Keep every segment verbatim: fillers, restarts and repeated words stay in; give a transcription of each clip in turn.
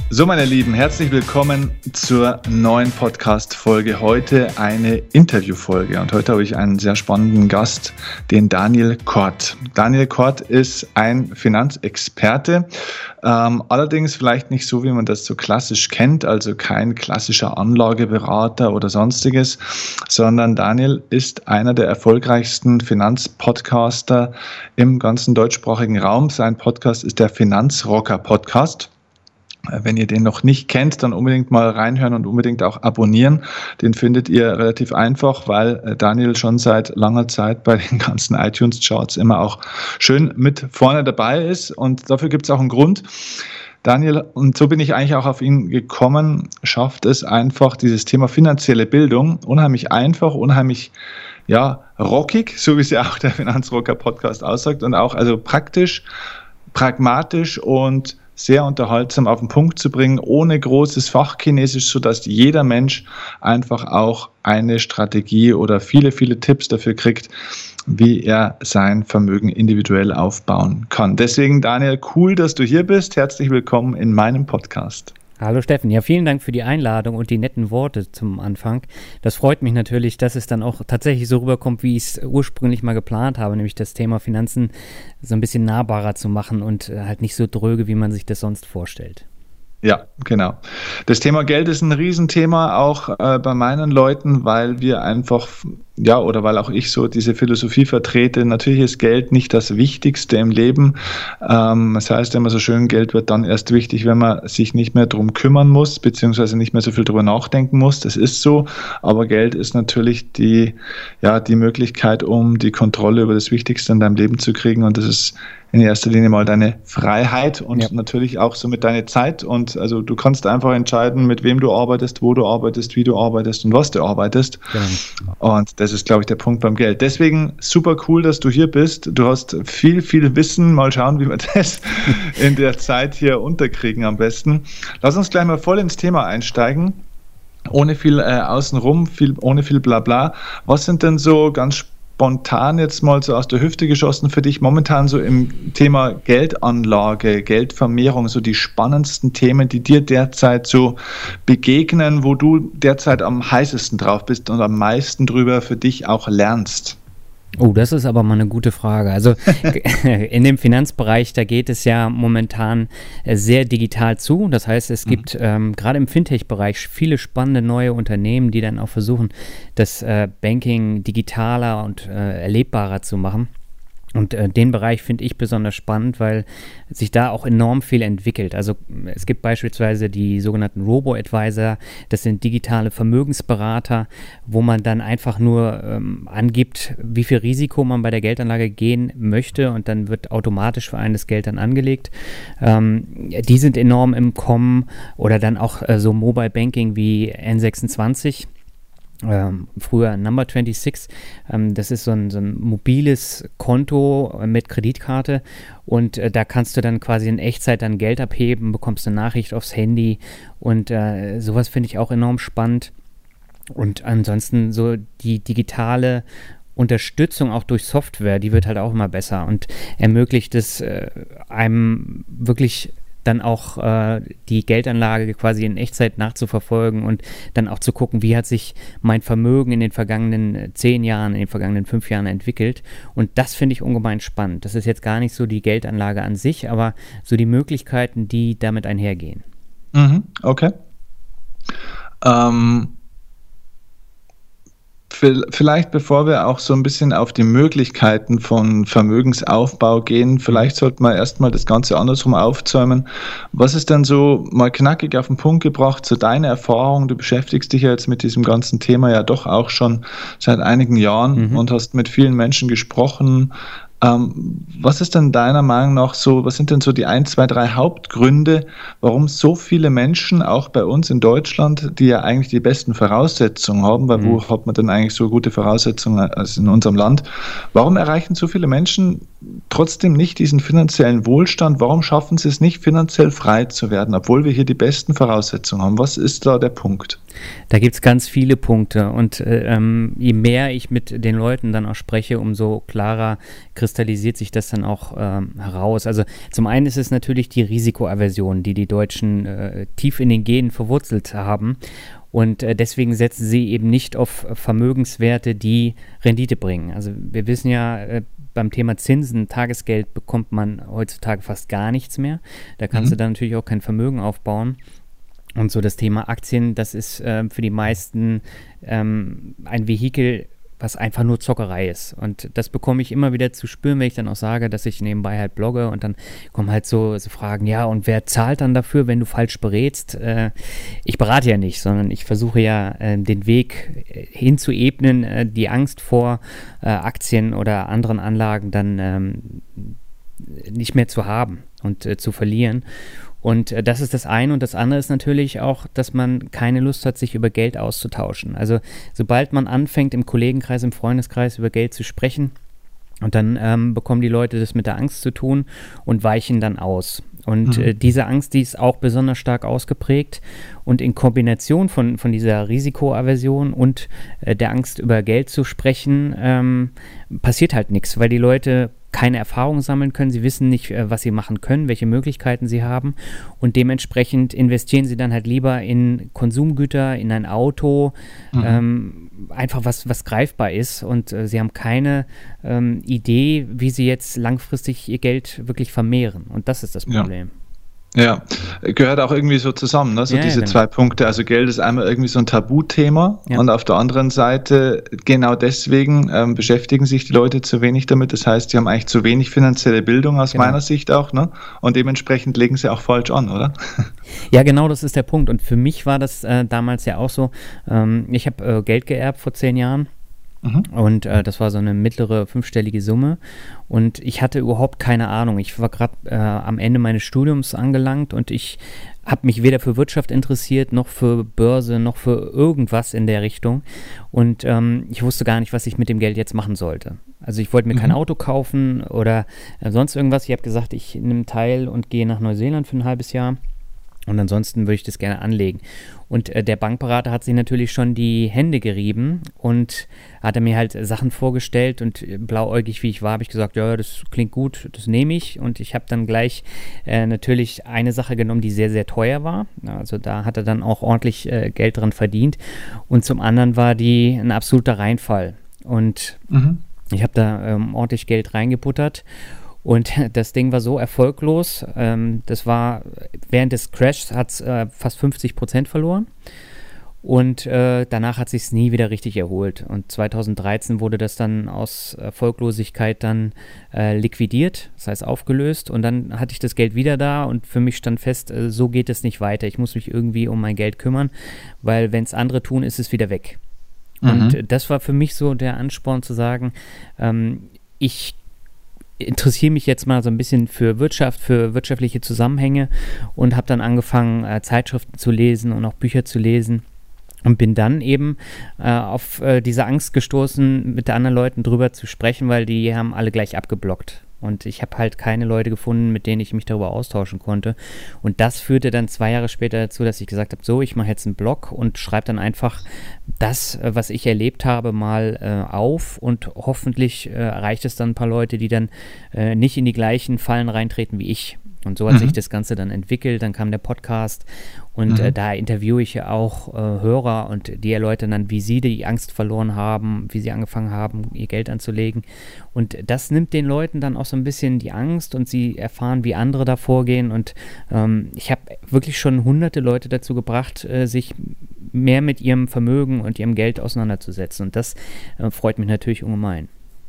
So, meine Lieben, herzlich willkommen zur neuen Podcast-Folge. Heute eine Interviewfolge und heute habe ich einen sehr spannenden Gast, den Daniel Kort. Daniel Kort ist ein Finanzexperte, ähm, allerdings vielleicht nicht so, wie man das so klassisch kennt, also kein klassischer Anlageberater oder sonstiges, sondern Daniel ist einer der erfolgreichsten Finanzpodcaster im ganzen deutschsprachigen Raum. Sein Podcast ist der Finanzrocker-Podcast. Wenn ihr den noch nicht kennt, dann unbedingt mal reinhören und unbedingt auch abonnieren. Den findet ihr relativ einfach, weil Daniel schon seit langer Zeit bei den ganzen iTunes-Charts immer auch schön mit vorne dabei ist. Und dafür gibt es auch einen Grund. Daniel, und so bin ich eigentlich auch auf ihn gekommen, schafft es einfach, dieses Thema finanzielle Bildung unheimlich einfach, unheimlich ja, rockig, so wie es ja auch der Finanzrocker-Podcast aussagt, und auch also praktisch, pragmatisch und sehr unterhaltsam auf den Punkt zu bringen, ohne großes Fachchinesisch, sodass jeder Mensch einfach auch eine Strategie oder viele, viele Tipps dafür kriegt, wie er sein Vermögen individuell aufbauen kann. Deswegen, Daniel, cool, dass du hier bist. Herzlich willkommen in meinem Podcast. Hallo Steffen, ja, vielen Dank für die Einladung und die netten Worte zum Anfang. Das freut mich natürlich, dass es dann auch tatsächlich so rüberkommt, wie ich es ursprünglich mal geplant habe, nämlich das Thema Finanzen so ein bisschen nahbarer zu machen und halt nicht so dröge, wie man sich das sonst vorstellt. Ja, genau. Das Thema Geld ist ein Riesenthema auch äh, bei meinen Leuten, weil wir einfach, ja, oder weil auch ich so diese Philosophie vertrete, natürlich ist Geld nicht das Wichtigste im Leben. Ähm, das heißt immer so schön, Geld wird dann erst wichtig, wenn man sich nicht mehr drum kümmern muss, beziehungsweise nicht mehr so viel drüber nachdenken muss. Das ist so, aber Geld ist natürlich die, ja, die Möglichkeit, um die Kontrolle über das Wichtigste in deinem Leben zu kriegen, und das ist in erster Linie mal deine Freiheit und ja, natürlich auch somit deine Zeit. Und also du kannst einfach entscheiden, mit wem du arbeitest, wo du arbeitest, wie du arbeitest und was du arbeitest. Genau. Und das ist, glaube ich, der Punkt beim Geld. Deswegen super cool, dass du hier bist. Du hast viel, viel Wissen. Mal schauen, wie wir das in der Zeit hier unterkriegen am besten. Lass uns gleich mal voll ins Thema einsteigen. Ohne viel äh, außenrum, viel, ohne viel Blabla. Was sind denn so ganz spannende, spontan jetzt mal so aus der Hüfte geschossen für dich momentan so im Thema Geldanlage, Geldvermehrung, so die spannendsten Themen, die dir derzeit so begegnen, wo du derzeit am heißesten drauf bist und am meisten drüber für dich auch lernst? Oh, das ist aber mal eine gute Frage. Also in dem Finanzbereich, da geht es ja momentan sehr digital zu. Das heißt, es gibt mhm. ähm, gerade im Fintech-Bereich viele spannende neue Unternehmen, die dann auch versuchen, das äh, Banking digitaler und äh, erlebbarer zu machen. Und äh, den Bereich finde ich besonders spannend, weil sich da auch enorm viel entwickelt. Also es gibt beispielsweise die sogenannten Robo-Advisor, das sind digitale Vermögensberater, wo man dann einfach nur ähm, angibt, wie viel Risiko man bei der Geldanlage gehen möchte, und dann wird automatisch für einen das Geld dann angelegt. Ähm, die sind enorm im Kommen, oder dann auch äh, so Mobile Banking wie N sechsundzwanzig. Ähm, früher Number sechsundzwanzig, ähm, das ist so ein, so ein mobiles Konto mit Kreditkarte, und äh, da kannst du dann quasi in Echtzeit dann Geld abheben, bekommst eine Nachricht aufs Handy, und äh, sowas finde ich auch enorm spannend. Und ansonsten so die digitale Unterstützung auch durch Software, die wird halt auch immer besser und ermöglicht es äh, einem wirklich dann auch äh, die Geldanlage quasi in Echtzeit nachzuverfolgen und dann auch zu gucken, wie hat sich mein Vermögen in den vergangenen zehn Jahren, in den vergangenen fünf Jahren entwickelt. Und das finde ich ungemein spannend. Das ist jetzt gar nicht so die Geldanlage an sich, aber so die Möglichkeiten, die damit einhergehen. Mhm, okay. Ähm, Vielleicht, bevor wir auch so ein bisschen auf die Möglichkeiten von Vermögensaufbau gehen, vielleicht sollten wir erstmal das Ganze andersrum aufzäumen. Was ist denn so mal knackig auf den Punkt gebracht, so deine Erfahrung? Du beschäftigst dich ja jetzt mit diesem ganzen Thema ja doch auch schon seit einigen Jahren mhm. und hast mit vielen Menschen gesprochen. Ähm, was ist denn deiner Meinung nach so, was sind denn so die ein, zwei, drei Hauptgründe, warum so viele Menschen, auch bei uns in Deutschland, die ja eigentlich die besten Voraussetzungen haben, weil mhm. wo hat man denn eigentlich so gute Voraussetzungen als in unserem Land, warum erreichen so viele Menschen trotzdem nicht diesen finanziellen Wohlstand? Warum schaffen sie es nicht, finanziell frei zu werden, obwohl wir hier die besten Voraussetzungen haben? Was ist da der Punkt? Da gibt es ganz viele Punkte und ähm, je mehr ich mit den Leuten dann auch spreche, umso klarer kristallisiert kristallisiert sich das dann auch ähm, heraus. Also zum einen ist es natürlich die Risikoaversion, die die Deutschen äh, tief in den Genen verwurzelt haben. Und äh, deswegen setzen sie eben nicht auf Vermögenswerte, die Rendite bringen. Also wir wissen ja, äh, beim Thema Zinsen, Tagesgeld bekommt man heutzutage fast gar nichts mehr. Da kannst mhm. du dann natürlich auch kein Vermögen aufbauen. Und so das Thema Aktien, das ist äh, für die meisten ähm, ein Vehikel, was einfach nur Zockerei ist. Und das bekomme ich immer wieder zu spüren, wenn ich dann auch sage, dass ich nebenbei halt blogge und dann kommen halt so, so Fragen, ja, und wer zahlt dann dafür, wenn du falsch berätst? Äh, ich berate ja nicht, sondern ich versuche ja äh, den Weg hinzuebnen, äh, die Angst vor äh, Aktien oder anderen Anlagen dann ähm, nicht mehr zu haben und äh, zu verlieren. Und äh, das ist das eine. Und das andere ist natürlich auch, dass man keine Lust hat, sich über Geld auszutauschen. Also sobald man anfängt, im Kollegenkreis, im Freundeskreis über Geld zu sprechen, und dann ähm, bekommen die Leute das mit der Angst zu tun und weichen dann aus. Und mhm. äh, diese Angst, die ist auch besonders stark ausgeprägt. Und in Kombination von, von dieser Risikoaversion und äh, der Angst, über Geld zu sprechen, ähm, passiert halt nichts, weil die Leute keine Erfahrung sammeln können, sie wissen nicht, was sie machen können, welche Möglichkeiten sie haben und dementsprechend investieren sie dann halt lieber in Konsumgüter, in ein Auto, mhm. ähm, einfach was, was greifbar ist und äh, sie haben keine ähm, Idee, wie sie jetzt langfristig ihr Geld wirklich vermehren und das ist das Problem. Ja. Ja, gehört auch irgendwie so zusammen, ne? So ja, diese ja, genau. zwei Punkte. Also Geld ist einmal irgendwie so ein Tabuthema ja. und auf der anderen Seite genau deswegen ähm, beschäftigen sich die Leute zu wenig damit. Das heißt, sie haben eigentlich zu wenig finanzielle Bildung aus genau. meiner Sicht auch, ne? Und dementsprechend legen sie auch falsch an, oder? Ja, genau, das ist der Punkt. Und für mich war das äh, damals ja auch so. Ähm, ich habe äh, Geld geerbt vor zehn Jahren. Mhm. Und äh, das war so eine mittlere fünfstellige Summe und ich hatte überhaupt keine Ahnung. Ich war gerade äh, am Ende meines Studiums angelangt und ich habe mich weder für Wirtschaft interessiert, noch für Börse, noch für irgendwas in der Richtung und ähm, ich wusste gar nicht, was ich mit dem Geld jetzt machen sollte. Also ich wollte mir mhm. kein Auto kaufen oder äh, sonst irgendwas. Ich habe gesagt, ich nehme teil und gehe nach Neuseeland für ein halbes Jahr. Und ansonsten würde ich das gerne anlegen. Und äh, der Bankberater hat sich natürlich schon die Hände gerieben und hat er mir halt Sachen vorgestellt und äh, blauäugig wie ich war, habe ich gesagt, ja, das klingt gut, das nehme ich. Und ich habe dann gleich äh, natürlich eine Sache genommen, die sehr, sehr teuer war. Also da hat er dann auch ordentlich äh, Geld dran verdient. Und zum anderen war die ein absoluter Reinfall. Und mhm. ich habe da ähm, ordentlich Geld reingebuttert. Und das Ding war so erfolglos, ähm, das war, während des Crashs hat es äh, fast fünfzig Prozent verloren und äh, danach hat es sich nie wieder richtig erholt. Und zweitausenddreizehn wurde das dann aus Erfolglosigkeit dann äh, liquidiert, das heißt aufgelöst und dann hatte ich das Geld wieder da und für mich stand fest, äh, so geht es nicht weiter, ich muss mich irgendwie um mein Geld kümmern, weil wenn es andere tun, ist es wieder weg. Mhm. Und das war für mich so der Ansporn zu sagen, ähm, ich interessiere mich jetzt mal so ein bisschen für Wirtschaft, für wirtschaftliche Zusammenhänge und habe dann angefangen, äh, Zeitschriften zu lesen und auch Bücher zu lesen und bin dann eben äh, auf äh, diese Angst gestoßen, mit den anderen Leuten drüber zu sprechen, weil die haben alle gleich abgeblockt. Und ich habe halt keine Leute gefunden, mit denen ich mich darüber austauschen konnte. Und das führte dann zwei Jahre später dazu, dass ich gesagt habe, so, ich mache jetzt einen Blog und schreibe dann einfach das, was ich erlebt habe, mal äh, auf. Und hoffentlich äh, erreicht es dann ein paar Leute, die dann äh, nicht in die gleichen Fallen reintreten wie ich. Und so hat mhm. sich das Ganze dann entwickelt, dann kam der Podcast und mhm. äh, da interviewe ich ja auch äh, Hörer und die erläutern dann, wie sie die Angst verloren haben, wie sie angefangen haben, ihr Geld anzulegen und das nimmt den Leuten dann auch so ein bisschen die Angst und sie erfahren, wie andere da vorgehen und ähm, ich habe wirklich schon hunderte Leute dazu gebracht, äh, sich mehr mit ihrem Vermögen und ihrem Geld auseinanderzusetzen und das äh, freut mich natürlich ungemein.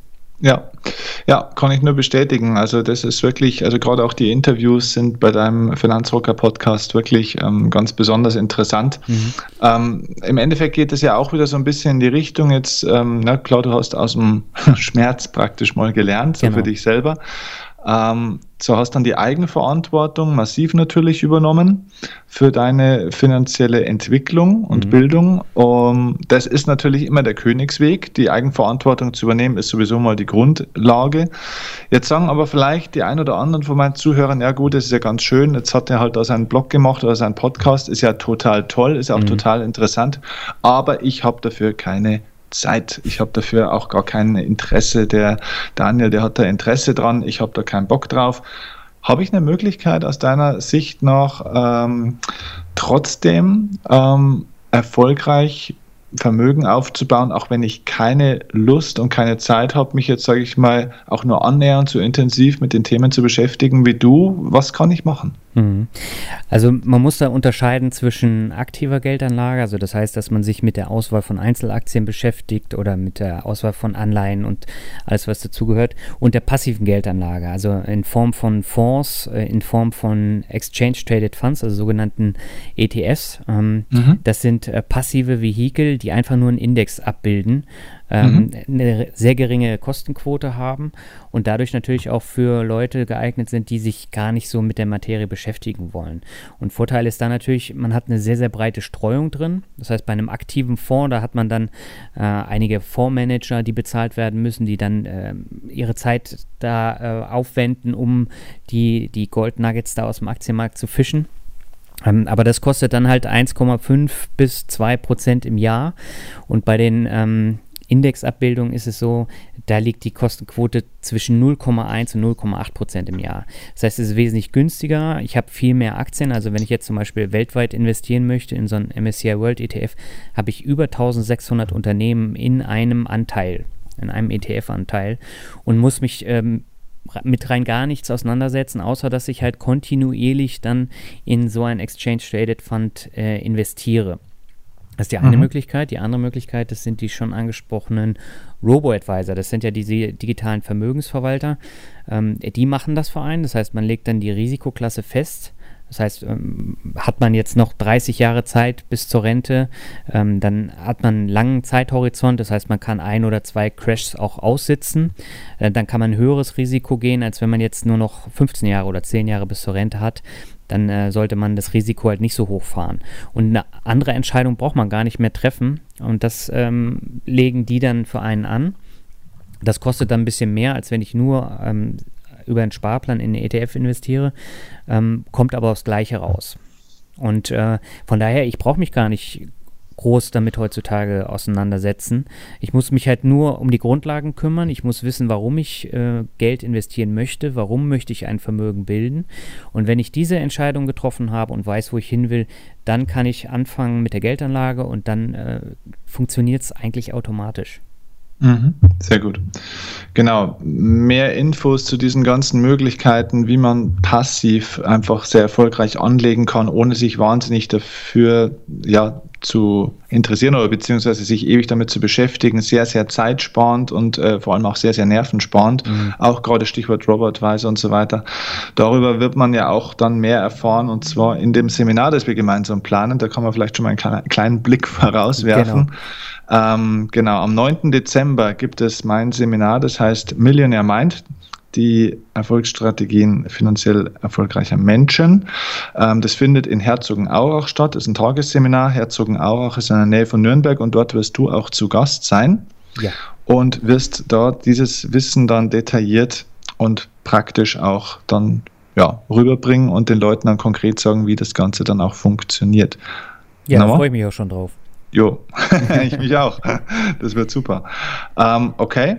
Ja, ja, kann ich nur bestätigen. Also das ist wirklich, also gerade auch die Interviews sind bei deinem Finanzrocker-Podcast wirklich ähm, ganz besonders interessant. Mhm. Ähm, im Endeffekt geht es ja auch wieder so ein bisschen in die Richtung jetzt, ähm, na klar, du hast aus dem Schmerz praktisch mal gelernt, so genau. für dich selber. Ähm, so hast dann die Eigenverantwortung massiv natürlich übernommen für deine finanzielle Entwicklung und mhm. Bildung. Um, das ist natürlich immer der Königsweg. Die Eigenverantwortung zu übernehmen ist sowieso mal die Grundlage. Jetzt sagen aber vielleicht die ein oder anderen von meinen Zuhörern, ja gut, das ist ja ganz schön, jetzt hat er halt da seinen Blog gemacht oder seinen Podcast, ist ja total toll, ist ja auch mhm. total interessant, aber ich habe dafür keine Zeit. Ich habe dafür auch gar kein Interesse. Der Daniel, der hat da Interesse dran. Ich habe da keinen Bock drauf. Habe ich eine Möglichkeit aus deiner Sicht noch ähm, trotzdem ähm, erfolgreich Vermögen aufzubauen, auch wenn ich keine Lust und keine Zeit habe, mich jetzt, sage ich mal, auch nur annähernd so intensiv mit den Themen zu beschäftigen wie du? Was kann ich machen? Also man muss da unterscheiden zwischen aktiver Geldanlage, also das heißt, dass man sich mit der Auswahl von Einzelaktien beschäftigt oder mit der Auswahl von Anleihen und alles, was dazugehört, und der passiven Geldanlage, also in Form von Fonds, in Form von Exchange Traded Funds, also sogenannten E T Fs. Ähm, mhm. Das sind äh, passive Vehikel, die einfach nur einen Index abbilden, ähm, mhm. eine sehr geringe Kostenquote haben und dadurch natürlich auch für Leute geeignet sind, die sich gar nicht so mit der Materie beschäftigen wollen. Und Vorteil ist da natürlich, man hat eine sehr, sehr breite Streuung drin. Das heißt, bei einem aktiven Fonds, da hat man dann äh, einige Fondsmanager, die bezahlt werden müssen, die dann äh, ihre Zeit da äh, aufwenden, um die, die Gold Nuggets da aus dem Aktienmarkt zu fischen. Ähm, aber das kostet dann halt eins Komma fünf bis zwei Prozent im Jahr. Und bei den ähm, Indexabbildung ist es so, da liegt die Kostenquote zwischen null Komma eins und null Komma acht Prozent im Jahr. Das heißt, es ist wesentlich günstiger. Ich habe viel mehr Aktien. Also wenn ich jetzt zum Beispiel weltweit investieren möchte in so einen M S C I World E T F, habe ich über eintausendsechshundert Unternehmen in einem Anteil, in einem E T F-Anteil und muss mich ähm, mit rein gar nichts auseinandersetzen, außer dass ich halt kontinuierlich dann in so einen Exchange Traded Fund äh, investiere. Das ist die eine mhm. Möglichkeit. Die andere Möglichkeit, das sind die schon angesprochenen Robo-Advisor. Das sind ja diese digitalen Vermögensverwalter. Ähm, die machen das für einen. Das heißt, man legt dann die Risikoklasse fest. Das heißt, ähm, hat man jetzt noch dreißig Jahre Zeit bis zur Rente, ähm, dann hat man einen langen Zeithorizont. Das heißt, man kann ein oder zwei Crashs auch aussitzen. Äh, dann kann man ein höheres Risiko gehen, als wenn man jetzt nur noch fünfzehn Jahre oder zehn Jahre bis zur Rente hat. Dann äh, sollte man das Risiko halt nicht so hoch fahren. Und eine andere Entscheidung braucht man gar nicht mehr treffen. Und das ähm, legen die dann für einen an. Das kostet dann ein bisschen mehr, als wenn ich nur ähm, über einen Sparplan in einen E T F investiere, ähm, kommt aber aufs Gleiche raus. Und äh, von daher, ich brauche mich gar nicht groß damit heutzutage auseinandersetzen. Ich muss mich halt nur um die Grundlagen kümmern. Ich muss wissen, warum ich äh, Geld investieren möchte, warum möchte ich ein Vermögen bilden. Und wenn ich diese Entscheidung getroffen habe und weiß, wo ich hin will, dann kann ich anfangen mit der Geldanlage und dann äh, funktioniert es eigentlich automatisch. Mhm, sehr gut. Genau, mehr Infos zu diesen ganzen Möglichkeiten, wie man passiv einfach sehr erfolgreich anlegen kann, ohne sich wahnsinnig dafür ja, zu interessieren oder beziehungsweise sich ewig damit zu beschäftigen, sehr, sehr zeitsparend und äh, vor allem auch sehr, sehr nervensparend, mhm. auch gerade Stichwort Robo-Advisor und so weiter. Darüber wird man ja auch dann mehr erfahren und zwar in dem Seminar, das wir gemeinsam planen. Da kann man vielleicht schon mal einen kleinen, kleinen Blick vorauswerfen. Genau. Ähm, genau, am neunten Dezember gibt es mein Seminar, das heißt Millionaire Mind, die Erfolgsstrategien finanziell erfolgreicher Menschen. Ähm, das findet in Herzogenaurach statt, das ist ein Tagesseminar. Herzogenaurach ist in der Nähe von Nürnberg und dort wirst du auch zu Gast sein ja. und wirst dort dieses Wissen dann detailliert und praktisch auch dann ja, rüberbringen und den Leuten dann konkret sagen, wie das Ganze dann auch funktioniert. Ja, da freue ich mich auch schon drauf. Jo, ich mich auch. Das wird super. Ähm, okay.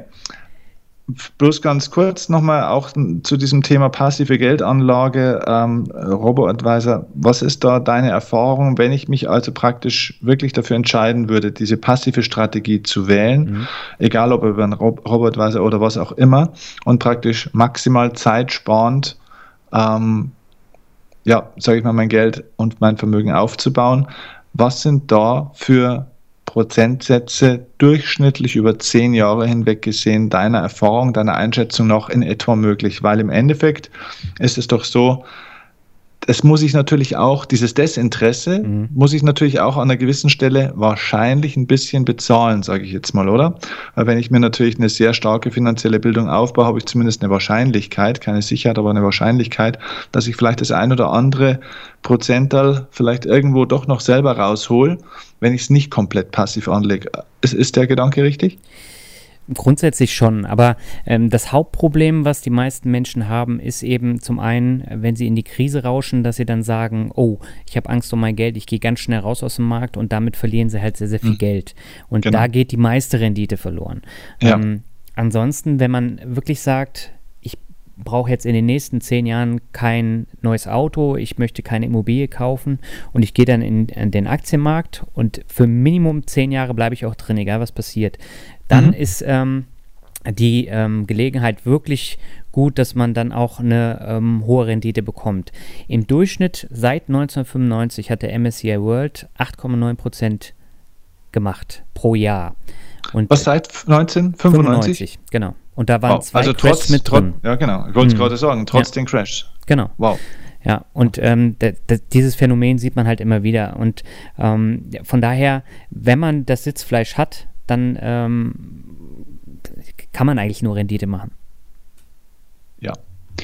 Bloß ganz kurz nochmal auch zu diesem Thema passive Geldanlage, ähm, Robo-Advisor. Was ist da deine Erfahrung, wenn ich mich also praktisch wirklich dafür entscheiden würde, diese passive Strategie zu wählen, mhm. egal ob über einen Robo-Advisor oder was auch immer, und praktisch maximal zeitsparend, ähm, ja, sage ich mal, mein Geld und mein Vermögen aufzubauen? Was sind da für Prozentsätze durchschnittlich über zehn Jahre hinweg gesehen deiner Erfahrung, deiner Einschätzung nach in etwa möglich? Weil im Endeffekt ist es doch so, es muss ich natürlich auch, dieses Desinteresse mhm. muss ich natürlich auch an einer gewissen Stelle wahrscheinlich ein bisschen bezahlen, sage ich jetzt mal, oder? Weil wenn ich mir natürlich eine sehr starke finanzielle Bildung aufbaue, habe ich zumindest eine Wahrscheinlichkeit, keine Sicherheit, aber eine Wahrscheinlichkeit, dass ich vielleicht das ein oder andere Prozentteil vielleicht irgendwo doch noch selber raushole, wenn ich es nicht komplett passiv anlege. Ist, ist der Gedanke richtig? Grundsätzlich schon, aber ähm, das Hauptproblem, was die meisten Menschen haben, ist eben zum einen, wenn sie in die Krise rauschen, dass sie dann sagen, oh, ich habe Angst um mein Geld, ich gehe ganz schnell raus aus dem Markt und damit verlieren sie halt sehr, sehr viel mhm. Geld. Und genau. da geht die meiste Rendite verloren. Ja. Ähm, ansonsten, wenn man wirklich sagt, ich brauche jetzt in den nächsten zehn Jahren kein neues Auto, ich möchte keine Immobilie kaufen und ich gehe dann in, in den Aktienmarkt und für Minimum zehn Jahre bleibe ich auch drin, egal was passiert. Dann mhm. ist ähm, die ähm, Gelegenheit wirklich gut, dass man dann auch eine ähm, hohe Rendite bekommt. Im Durchschnitt seit neunzehnhundertfünfundneunzig hat der M S C I World acht Komma neun Prozent gemacht pro Jahr. Und was seit neunzehnhundertfünfundneunzig? fünfundneunzig, genau. Und da waren wow. zwei also Crashs trotz, mit drin. Trotz, ja, genau. Ich wollte es mhm. gerade sagen, trotz ja. den Crash. Genau. Wow. Ja, und ähm, d- d- dieses Phänomen sieht man halt immer wieder. Und ähm, von daher, wenn man das Sitzfleisch hat, dann ähm, kann man eigentlich nur Rendite machen. Ja.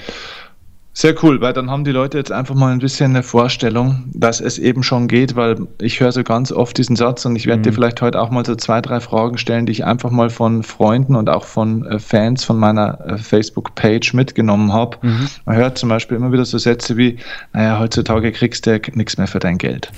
Sehr cool, weil dann haben die Leute jetzt einfach mal ein bisschen eine Vorstellung, dass es eben schon geht, weil ich höre so ganz oft diesen Satz und ich werde mhm. dir vielleicht heute auch mal so zwei, drei Fragen stellen, die ich einfach mal von Freunden und auch von äh, Fans von meiner äh, Facebook-Page mitgenommen habe. Mhm. Man hört zum Beispiel immer wieder so Sätze wie, naja, heutzutage kriegst du ja nichts mehr für dein Geld.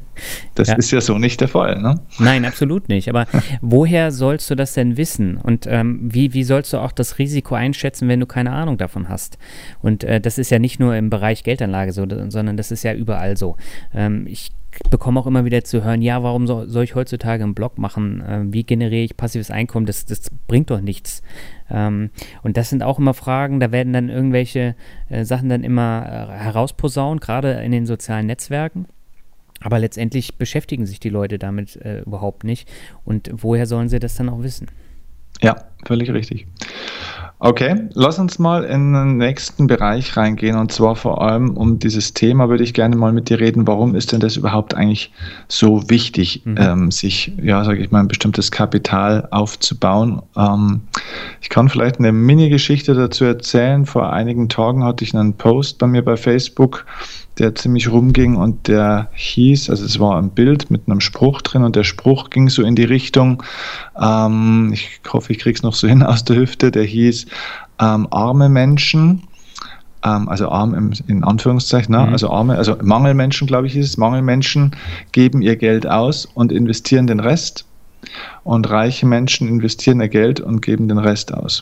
Das ja. ist ja so nicht der Fall, ne? Nein, absolut nicht. Aber woher sollst du das denn wissen? Und ähm, wie, wie sollst du auch das Risiko einschätzen, wenn du keine Ahnung davon hast? Und äh, das ist ja nicht nur im Bereich Geldanlage so, sondern das ist ja überall so. Ähm, ich bekomme auch immer wieder zu hören, ja, warum so, soll ich heutzutage einen Blog machen? Ähm, wie generiere ich passives Einkommen? Das, das bringt doch nichts. Ähm, und das sind auch immer Fragen, da werden dann irgendwelche äh, Sachen dann immer äh, herausposaunt, gerade in den sozialen Netzwerken. Aber letztendlich beschäftigen sich die Leute damit äh, überhaupt nicht. Und woher sollen sie das dann auch wissen? Ja, völlig richtig. Okay, lass uns mal in den nächsten Bereich reingehen und zwar vor allem um dieses Thema würde ich gerne mal mit dir reden. Warum ist denn das überhaupt eigentlich so wichtig, mhm. ähm, sich, ja, sage ich mal, ein bestimmtes Kapital aufzubauen? Ähm, ich kann vielleicht eine Mini-Geschichte dazu erzählen. Vor einigen Tagen hatte ich einen Post bei mir bei Facebook, der ziemlich rumging und der hieß, also es war ein Bild mit einem Spruch drin und der Spruch ging so in die Richtung, ähm, ich hoffe, ich kriege es noch so hin aus der Hüfte, der hieß, ähm, arme Menschen, ähm, also arm im, in Anführungszeichen, ne? mhm. also arme, also Mangelmenschen, glaube ich, ist es, Mangelmenschen geben ihr Geld aus und investieren den Rest und reiche Menschen investieren ihr Geld und geben den Rest aus.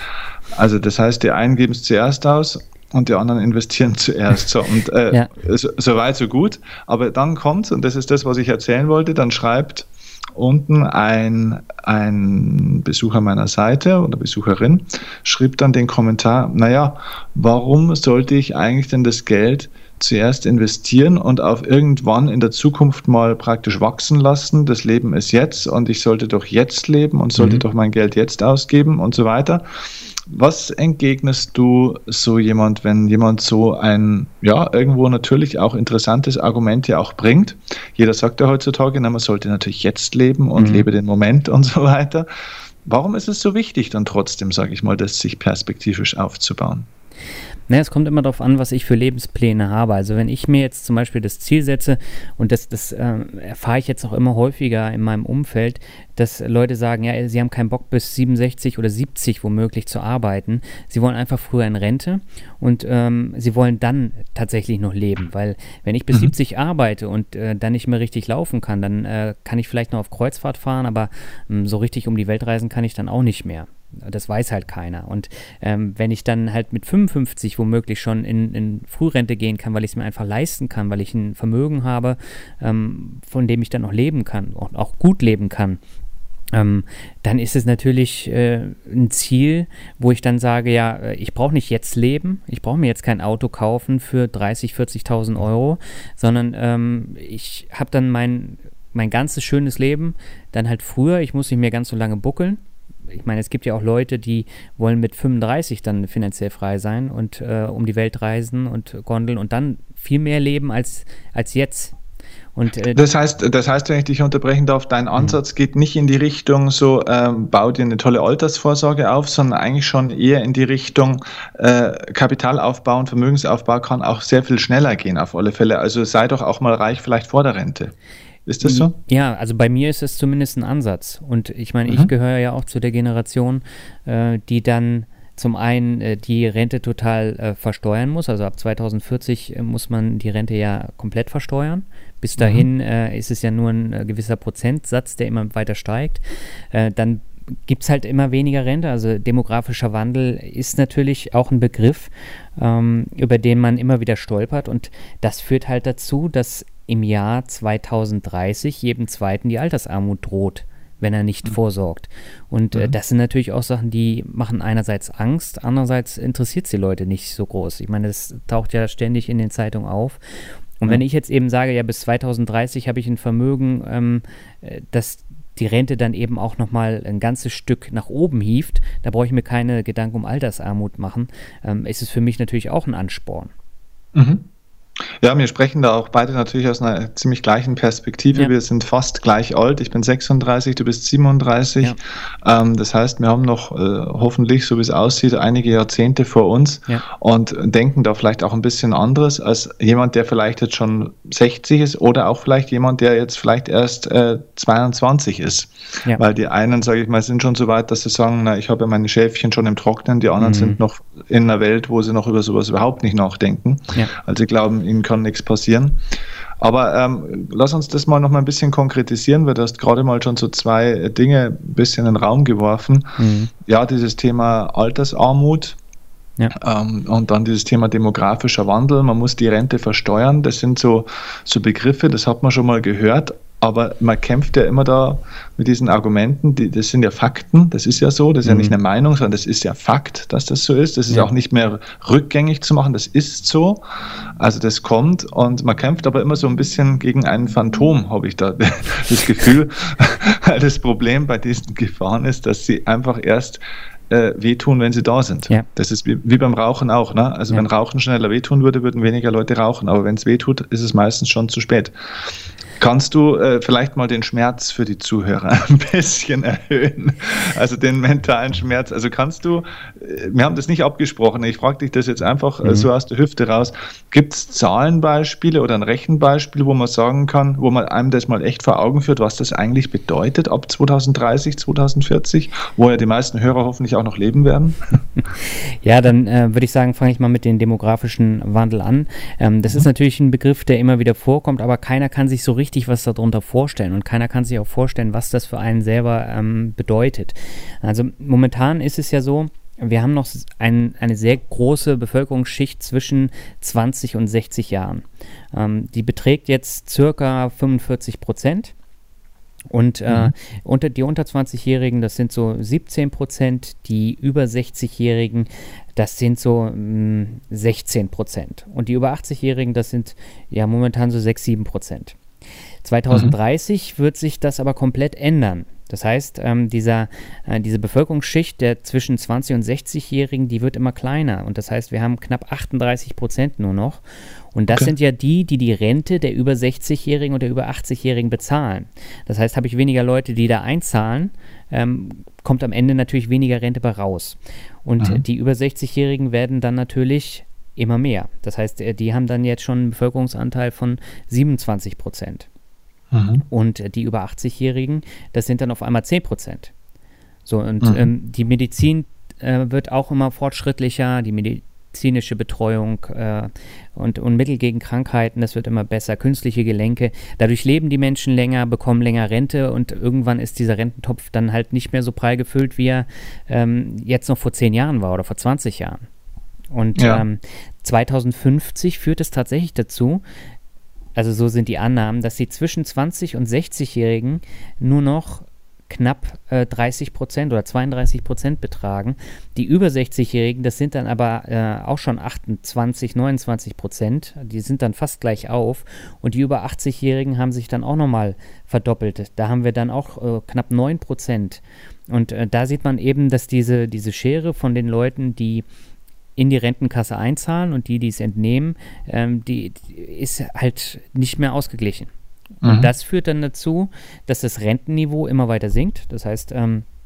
Also das heißt, die einen geben es zuerst aus und die anderen investieren zuerst. So, und äh, ja. so, so weit, so gut. Aber dann kommt, und das ist das, was ich erzählen wollte, dann schreibt unten ein, ein Besucher meiner Seite oder Besucherin, schrieb dann den Kommentar, naja, warum sollte ich eigentlich denn das Geld zuerst investieren und auf irgendwann in der Zukunft mal praktisch wachsen lassen? Das Leben ist jetzt und ich sollte doch jetzt leben und sollte mhm. doch mein Geld jetzt ausgeben und so weiter. Was entgegnest du so jemand, wenn jemand so ein, ja, irgendwo natürlich auch interessantes Argument ja auch bringt? Jeder sagt ja heutzutage, na, man sollte natürlich jetzt leben und mhm. lebe den Moment und so weiter. Warum ist es so wichtig, dann trotzdem, sage ich mal, das sich perspektivisch aufzubauen? Naja, es kommt immer darauf an, was ich für Lebenspläne habe. Also wenn ich mir jetzt zum Beispiel das Ziel setze, und das, das äh, erfahre ich jetzt auch immer häufiger in meinem Umfeld, dass Leute sagen, ja, sie haben keinen Bock bis siebenundsechzig oder siebzig womöglich zu arbeiten. Sie wollen einfach früher in Rente und ähm, sie wollen dann tatsächlich noch leben. Weil wenn ich bis mhm. siebzig arbeite und äh, dann nicht mehr richtig laufen kann, dann äh, kann ich vielleicht noch auf Kreuzfahrt fahren, aber ähm, so richtig um die Welt reisen kann ich dann auch nicht mehr. Das weiß halt keiner. Und ähm, wenn ich dann halt mit fünfundfünfzig womöglich schon in, in Frührente gehen kann, weil ich es mir einfach leisten kann, weil ich ein Vermögen habe, ähm, von dem ich dann auch leben kann und auch gut leben kann, ähm, dann ist es natürlich äh, ein Ziel, wo ich dann sage, ja, ich brauche nicht jetzt leben, ich brauche mir jetzt kein Auto kaufen für dreißigtausend, vierzigtausend Euro, sondern ähm, ich habe dann mein, mein ganzes schönes Leben dann halt früher, ich muss nicht mehr ganz so lange buckeln. Ich meine, es gibt ja auch Leute, die wollen mit fünfunddreißig dann finanziell frei sein und äh, um die Welt reisen und gondeln und dann viel mehr leben als, als jetzt. Und, äh, das heißt, das heißt, wenn ich dich unterbrechen darf, dein Ansatz geht nicht in die Richtung so, ähm, bau dir eine tolle Altersvorsorge auf, sondern eigentlich schon eher in die Richtung äh, Kapitalaufbau und Vermögensaufbau kann auch sehr viel schneller gehen auf alle Fälle. Also sei doch auch mal reich, vielleicht vor der Rente. Ist das so? Ja, also bei mir ist es zumindest ein Ansatz. Und ich meine, Mhm. ich gehöre ja auch zu der Generation, äh, die dann zum einen äh, die Rente total äh, versteuern muss. Also ab zweitausendvierzig äh, muss man die Rente ja komplett versteuern. Bis dahin mhm. äh, ist es ja nur ein äh, gewisser Prozentsatz, der immer weiter steigt. Äh, dann gibt es halt immer weniger Rente. Also demografischer Wandel ist natürlich auch ein Begriff, ähm, über den man immer wieder stolpert. Und das führt halt dazu, dass im Jahr zweitausenddreißig jedem Zweiten die Altersarmut droht, wenn er nicht mhm. vorsorgt. Und mhm. äh, das sind natürlich auch Sachen, die machen einerseits Angst, andererseits interessiert es die Leute nicht so groß. Ich meine, das taucht ja ständig in den Zeitungen auf. Und ja. wenn ich jetzt eben sage, ja, bis zweitausenddreißig habe ich ein Vermögen, ähm, das die Rente dann eben auch nochmal ein ganzes Stück nach oben hieft, da brauche ich mir keine Gedanken um Altersarmut machen, ähm, ist es für mich natürlich auch ein Ansporn. Mhm. Ja, wir sprechen da auch beide natürlich aus einer ziemlich gleichen Perspektive. Ja. Wir sind fast gleich alt. Ich bin sechsunddreißig, du bist siebenunddreißig. Ja. Ähm, das heißt, wir haben noch äh, hoffentlich, so wie es aussieht, einige Jahrzehnte vor uns ja. und denken da vielleicht auch ein bisschen anderes als jemand, der vielleicht jetzt schon sechzig ist oder auch vielleicht jemand, der jetzt vielleicht erst äh, zweiundzwanzig ist. Ja. Weil die einen, sage ich mal, sind schon so weit, dass sie sagen, na, ich habe ja meine Schäfchen schon im Trocknen, die anderen mhm. sind noch in einer Welt, wo sie noch über sowas überhaupt nicht nachdenken. Ja. Also sie glauben, ihnen kann nichts passieren. Aber ähm, lass uns das mal noch mal ein bisschen konkretisieren, weil du hast gerade mal schon so zwei Dinge ein bisschen in den Raum geworfen. Mhm. Ja, dieses Thema Altersarmut ja. ähm, und dann dieses Thema demografischer Wandel. Man muss die Rente versteuern. Das sind so, so Begriffe, das hat man schon mal gehört. Aber man kämpft ja immer da mit diesen Argumenten, die, das sind ja Fakten, das ist ja so, das ist mhm. ja nicht eine Meinung, sondern das ist ja Fakt, dass das so ist. Das ist ja auch nicht mehr rückgängig zu machen, das ist so. Also das kommt und man kämpft aber immer so ein bisschen gegen ein Phantom, habe ich da das Gefühl. Das Problem bei diesen Gefahren ist, dass sie einfach erst äh, wehtun, wenn sie da sind. Ja. Das ist wie, wie beim Rauchen auch. Ne? Also ja. wenn Rauchen schneller wehtun würde, würden weniger Leute rauchen. Aber wenn es wehtut, ist es meistens schon zu spät. Kannst du äh, vielleicht mal den Schmerz für die Zuhörer ein bisschen erhöhen? Also den mentalen Schmerz. Also kannst du, äh, wir haben das nicht abgesprochen, ich frage dich das jetzt einfach mhm. äh, so aus der Hüfte raus. Gibt es Zahlenbeispiele oder ein Rechenbeispiel, wo man sagen kann, wo man einem das mal echt vor Augen führt, was das eigentlich bedeutet ab zweitausenddreißig, zweitausendvierzig, wo ja die meisten Hörer hoffentlich auch noch leben werden? Ja, dann äh, würde ich sagen, fange ich mal mit dem demografischen Wandel an. Ähm, das mhm. ist natürlich ein Begriff, der immer wieder vorkommt, aber keiner kann sich so richtig was darunter vorstellen und keiner kann sich auch vorstellen, was das für einen selber ähm, bedeutet. Also momentan ist es ja so, wir haben noch ein, eine sehr große Bevölkerungsschicht zwischen zwanzig und sechzig Jahren. Ähm, die beträgt jetzt circa fünfundvierzig Prozent. Und äh, mhm. unter, die unter zwanzigjährigen, das sind so siebzehn Prozent, die über sechzigjährigen, das sind so mh, sechzehn Prozent. Und die über achtzigjährigen, das sind ja momentan so sechs, sieben Prozent. zweitausenddreißig mhm. wird sich das aber komplett ändern. Das heißt, ähm, dieser, äh, diese Bevölkerungsschicht der zwischen zwanzig- und sechzigjährigen, die wird immer kleiner. Und das heißt, wir haben knapp achtunddreißig Prozent nur noch. Und das okay. sind ja die, die die Rente der über sechzigjährigen und der über achtzigjährigen bezahlen. Das heißt, habe ich weniger Leute, die da einzahlen, ähm, kommt am Ende natürlich weniger Rente bei raus. Und mhm. die über sechzigjährigen werden dann natürlich immer mehr. Das heißt, die haben dann jetzt schon einen Bevölkerungsanteil von siebenundzwanzig Prozent. Mhm. Und die über achtzigjährigen, das sind dann auf einmal zehn Prozent. So, und mhm. ähm, die Medizin äh, wird auch immer fortschrittlicher, die medizinische Betreuung äh, und, und Mittel gegen Krankheiten, das wird immer besser, künstliche Gelenke. Dadurch leben die Menschen länger, bekommen länger Rente und irgendwann ist dieser Rententopf dann halt nicht mehr so prall gefüllt, wie er ähm, jetzt noch vor zehn Jahren war oder vor zwanzig Jahren. Und ja. ähm, zweitausendfünfzig führt es tatsächlich dazu, also so sind die Annahmen, dass die zwischen zwanzig- und sechzigjährigen nur noch knapp äh, dreißig Prozent oder zweiunddreißig Prozent betragen. Die über sechzigjährigen, das sind dann aber äh, auch schon achtundzwanzig, neunundzwanzig Prozent, die sind dann fast gleich auf. Und die über achtzigjährigen haben sich dann auch nochmal verdoppelt. Da haben wir dann auch äh, knapp neun Prozent. Und äh, da sieht man eben, dass diese, diese Schere von den Leuten, die in die Rentenkasse einzahlen und die, die es entnehmen, ähm, die, die ist halt nicht mehr ausgeglichen. Mhm. Und das führt dann dazu, dass das Rentenniveau immer weiter sinkt. Das heißt, ähm,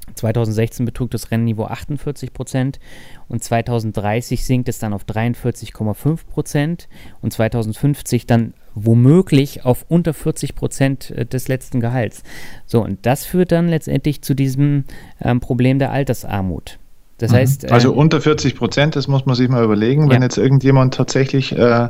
zweitausendsechzehn betrug das Rennniveau achtundvierzig Prozent und zweitausenddreißig sinkt es dann auf dreiundvierzig Komma fünf Prozent und zweitausendfünfzig dann womöglich auf unter vierzig Prozent des letzten Gehalts. So, und das führt dann letztendlich zu diesem ähm, Problem der Altersarmut. Das mhm. heißt, äh, also unter vierzig Prozent, das muss man sich mal überlegen, ja. wenn jetzt irgendjemand tatsächlich, äh,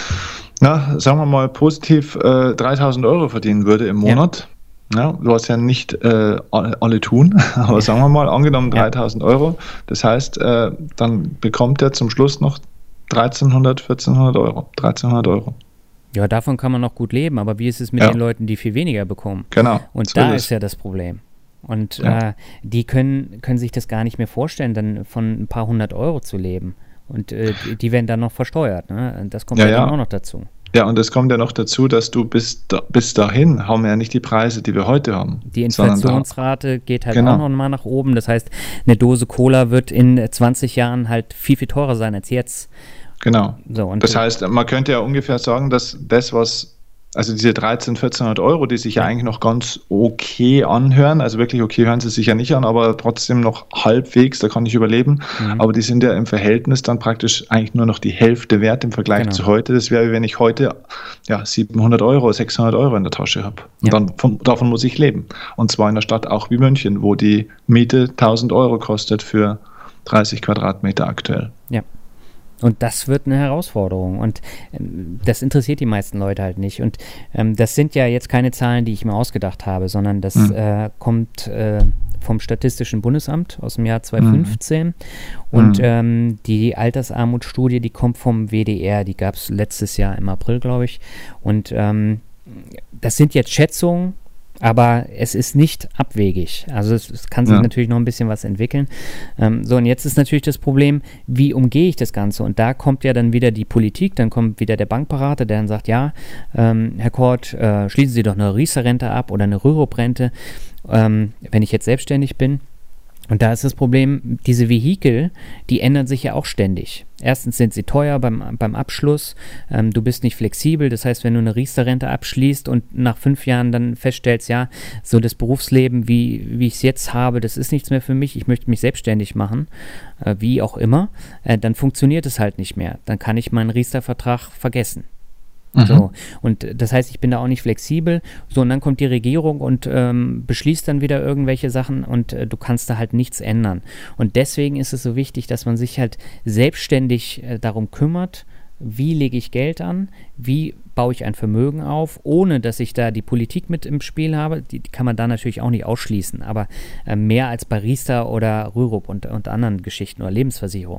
na, sagen wir mal positiv äh, dreitausend Euro verdienen würde im Monat. Ja. Ja, was ja nicht äh, alle tun, aber sagen wir mal, angenommen dreitausend Euro, das heißt, äh, dann bekommt er zum Schluss noch dreizehnhundert, vierzehnhundert Euro, dreizehnhundert Euro. Ja, davon kann man noch gut leben, aber wie ist es mit ja. den Leuten, die viel weniger bekommen? Genau. Und so da ist, ist ja das Problem. Und ja. äh, die können, können sich das gar nicht mehr vorstellen, dann von ein paar hundert Euro zu leben. Und äh, die, die werden dann noch versteuert. Ne? Das kommt ja, ja dann auch noch dazu. Ja, und es kommt ja noch dazu, dass du bis, da, bis dahin haben wir ja nicht die Preise, die wir heute haben. Die Inflationsrate geht halt genau. auch noch mal nach oben. Das heißt, eine Dose Cola wird in zwanzig Jahren halt viel, viel teurer sein als jetzt. Genau. So, und das heißt, man könnte ja ungefähr sagen, dass das, was, also diese dreizehn, vierzehnhundert Euro, die sich ja, ja eigentlich noch ganz okay anhören, also wirklich okay hören sie sich ja nicht an, aber trotzdem noch halbwegs, da kann ich überleben, mhm. aber die sind ja im Verhältnis dann praktisch eigentlich nur noch die Hälfte wert im Vergleich genau. zu heute. Das wäre, wenn ich heute ja, siebenhundert Euro, sechshundert Euro in der Tasche habe. Und ja. dann von, davon muss ich leben. Und zwar in einer Stadt auch wie München, wo die Miete tausend Euro kostet für dreißig Quadratmeter aktuell. Ja. Und das wird eine Herausforderung und ähm, das interessiert die meisten Leute halt nicht. Und ähm, das sind ja jetzt keine Zahlen, die ich mir ausgedacht habe, sondern das mhm. äh, kommt äh, vom Statistischen Bundesamt aus dem Jahr zweitausendfünfzehn. Mhm. Und mhm. ähm, die Altersarmutsstudie, die kommt vom W D R, die gab es letztes Jahr im April, glaube ich. Und ähm, das sind jetzt Schätzungen, aber es ist nicht abwegig. Also es, es kann sich ja. natürlich noch ein bisschen was entwickeln. Ähm, so, und jetzt ist natürlich das Problem, wie umgehe ich das Ganze? Und da kommt ja dann wieder die Politik, dann kommt wieder der Bankberater, der dann sagt, ja, ähm, Herr Kort, äh, schließen Sie doch eine Riester-Rente ab oder eine Rürup-Rente, ähm, wenn ich jetzt selbstständig bin. Und da ist das Problem, diese Vehikel, die ändern sich ja auch ständig. Erstens sind sie teuer beim, beim Abschluss, ähm, du bist nicht flexibel, das heißt, wenn du eine Riester-Rente abschließt und nach fünf Jahren dann feststellst, ja, so das Berufsleben, wie, wie ich es jetzt habe, das ist nichts mehr für mich, ich möchte mich selbstständig machen, äh, wie auch immer, äh, dann funktioniert es halt nicht mehr. Dann kann ich meinen Riester-Vertrag vergessen. Mhm. So, und das heißt, ich bin da auch nicht flexibel. So, und dann kommt die Regierung und ähm, beschließt dann wieder irgendwelche Sachen und äh, du kannst da halt nichts ändern. Und deswegen ist es so wichtig, dass man sich halt selbstständig äh, darum kümmert, wie lege ich Geld an, wie baue ich ein Vermögen auf, ohne dass ich da die Politik mit im Spiel habe. Die, die kann man da natürlich auch nicht ausschließen, aber äh, mehr als bei Riester oder Rürup und, und anderen Geschichten oder Lebensversicherung.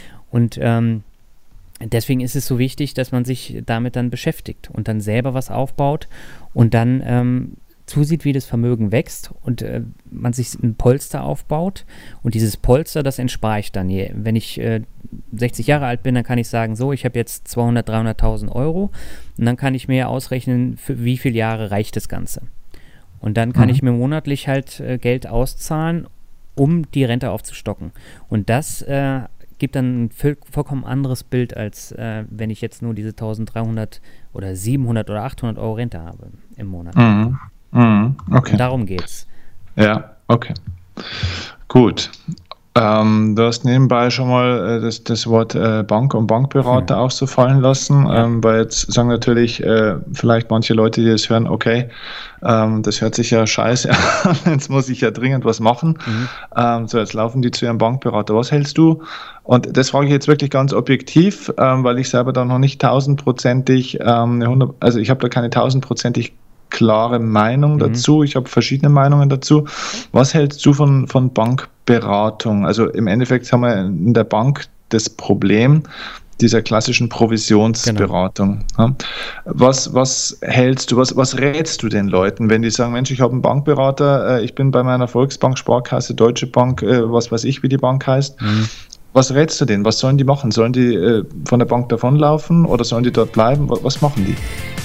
Und ähm, deswegen ist es so wichtig, dass man sich damit dann beschäftigt und dann selber was aufbaut und dann ähm, zusieht, wie das Vermögen wächst und äh, man sich ein Polster aufbaut und dieses Polster, das entspare ich dann. Wenn ich äh, sechzig Jahre alt bin, dann kann ich sagen, so, ich habe jetzt zweihundert, dreihunderttausend Euro und dann kann ich mir ausrechnen, für wie viele Jahre reicht das Ganze. Und dann kann mhm. ich mir monatlich halt äh, Geld auszahlen, um die Rente aufzustocken. Und das äh, gibt dann ein voll, vollkommen anderes Bild, als äh, wenn ich jetzt nur diese eintausenddreihundert oder siebenhundert oder achthundert Euro Rente habe im Monat. Mhm. Mhm. Okay. Und darum geht's. Ja, okay. Gut. Ähm, du hast nebenbei schon mal äh, das, das Wort äh, Bank und Bankberater hm. auch so fallen lassen, ja. ähm, weil jetzt sagen natürlich äh, vielleicht manche Leute, die das hören, okay, ähm, das hört sich ja scheiße an, jetzt muss ich ja dringend was machen. Mhm. Ähm, so, jetzt laufen die zu ihrem Bankberater. Was hältst du? Und das frage ich jetzt wirklich ganz objektiv, ähm, weil ich selber da noch nicht tausendprozentig, ähm, eine hundert, also ich habe da keine tausendprozentig klare Meinung mhm. dazu. Ich habe verschiedene Meinungen dazu. Was hältst du von, von Bankberatung? Also im Endeffekt haben wir in der Bank das Problem dieser klassischen Provisionsberatung. Genau. Was, was hältst du, was, was rätst du den Leuten, wenn die sagen, Mensch, ich habe einen Bankberater, ich bin bei meiner Volksbank, Sparkasse, Deutsche Bank, was weiß ich, wie die Bank heißt. Mhm. Was rätst du denen? Was sollen die machen? Sollen die von der Bank davonlaufen oder sollen die dort bleiben? Was machen die?